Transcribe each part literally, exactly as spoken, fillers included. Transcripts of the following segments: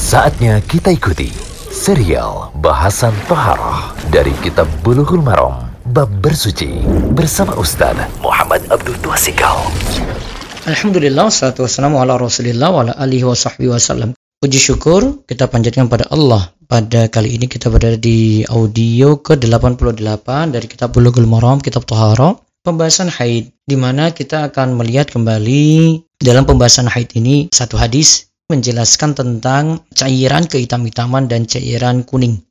Saatnya kita ikuti serial bahasan Toharoh dari Kitab Bulughul Maram Bab Bersuci bersama Ustaz Muhammad Abdul Twasikal. Alhamdulillah, wassalatu wassalamu ala rasulillah wa ala alihi wa sahbihi wasallam. Puji syukur kita panjatkan pada Allah. Pada kali ini kita berada di audio ke delapan puluh delapan dari Kitab Bulughul Maram, Kitab Toharoh, pembahasan haid, di mana kita akan melihat kembali dalam pembahasan haid ini satu hadis menjelaskan tentang cairan kehitam-hitaman dan cairan kuning.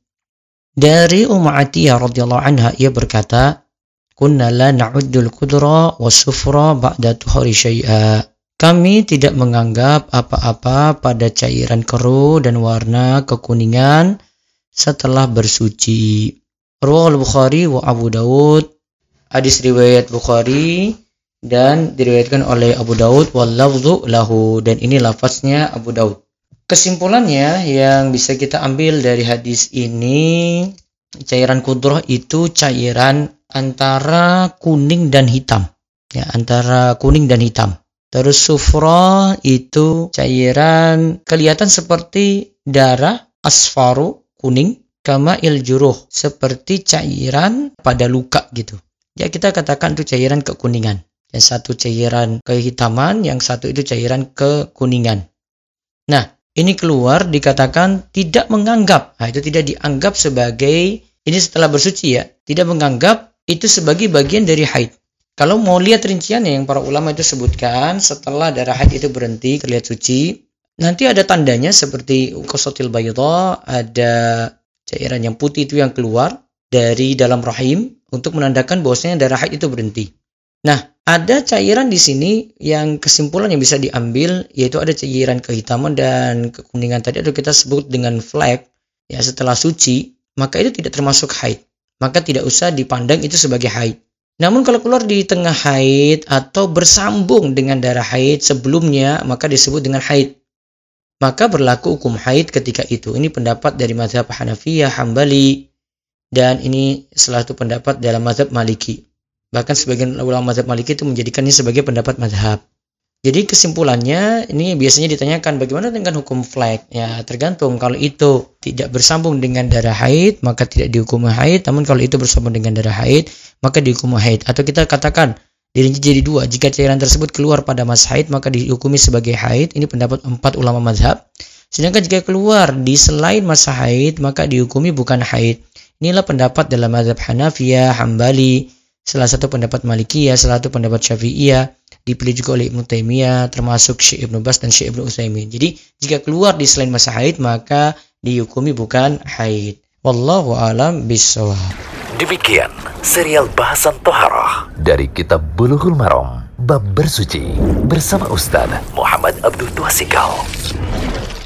Dari Ummu Atiyah radhiyallahu anha, ia berkata, "Kunna la na'uddul qudra was-sufra ba'da tuhuri syai'a." Kami tidak menganggap apa-apa pada cairan keruh dan warna kekuningan setelah bersuci. Riwayat Bukhari wa Abu Dawud. Hadis riwayat Bukhari dan diriwayatkan oleh Abu Daud wal lafdhu lahu, dan ini lafaznya Abu Daud. Kesimpulannya yang bisa kita ambil dari hadis ini, cairan kudroh itu cairan antara kuning dan hitam, ya, antara kuning dan hitam. Terus sufra itu cairan kelihatan seperti darah, asfaru kuning, kama il juruh seperti cairan pada luka gitu. Ya, kita katakan itu cairan kekuningan. Yang satu cairan kehitaman, yang satu itu cairan kekuningan. Nah, ini keluar dikatakan tidak menganggap. Nah, itu tidak dianggap sebagai, ini setelah bersuci ya, tidak menganggap itu sebagai bagian dari haid. Kalau mau lihat rinciannya yang para ulama itu sebutkan, setelah darah haid itu berhenti terlihat suci, nanti ada tandanya seperti qasatil bayda, ada cairan yang putih itu yang keluar dari dalam rahim untuk menandakan bahwasanya darah haid itu berhenti. Nah, ada cairan di sini yang kesimpulan yang bisa diambil, yaitu ada cairan kehitaman dan kekuningan tadi itu kita sebut dengan flek, ya, setelah suci, maka itu tidak termasuk haid. Maka tidak usah dipandang itu sebagai haid. Namun kalau keluar di tengah haid atau bersambung dengan darah haid sebelumnya, maka disebut dengan haid. Maka berlaku hukum haid ketika itu. Ini pendapat dari mazhab Hanafiyah, Hambali, dan ini salah satu pendapat dalam mazhab Maliki. Bahkan sebagian ulama mazhab Maliki itu menjadikannya sebagai pendapat mazhab. Jadi kesimpulannya ini biasanya ditanyakan bagaimana dengan hukum flek? Ya, tergantung. Kalau itu tidak bersambung dengan darah haid, maka tidak dihukumi haid. Namun kalau itu bersambung dengan darah haid, maka dihukumi haid. Atau kita katakan dirinci jadi dua. Jika cairan tersebut keluar pada masa haid, maka dihukumi sebagai haid. Ini pendapat empat ulama mazhab. Sedangkan jika keluar di selain masa haid, maka dihukumi bukan haid. Inilah pendapat dalam mazhab Hanafiyah, Hambali, salah satu pendapat Malikiyah, salah satu pendapat Syafi'iyah, dipilih juga oleh Ibnu Taimiyah, termasuk Syekh Ibnu Baz dan Syekh Ibnu Utsaimin. Jadi, jika keluar di selain masa haid, maka dihukumi bukan haid. Wallahu a'lam bishawab. Demikian serial bahasan Toharoh dari Kitab Bulughul Maram Bab Bersuci bersama Ustaz Muhammad Abdul Twasikal.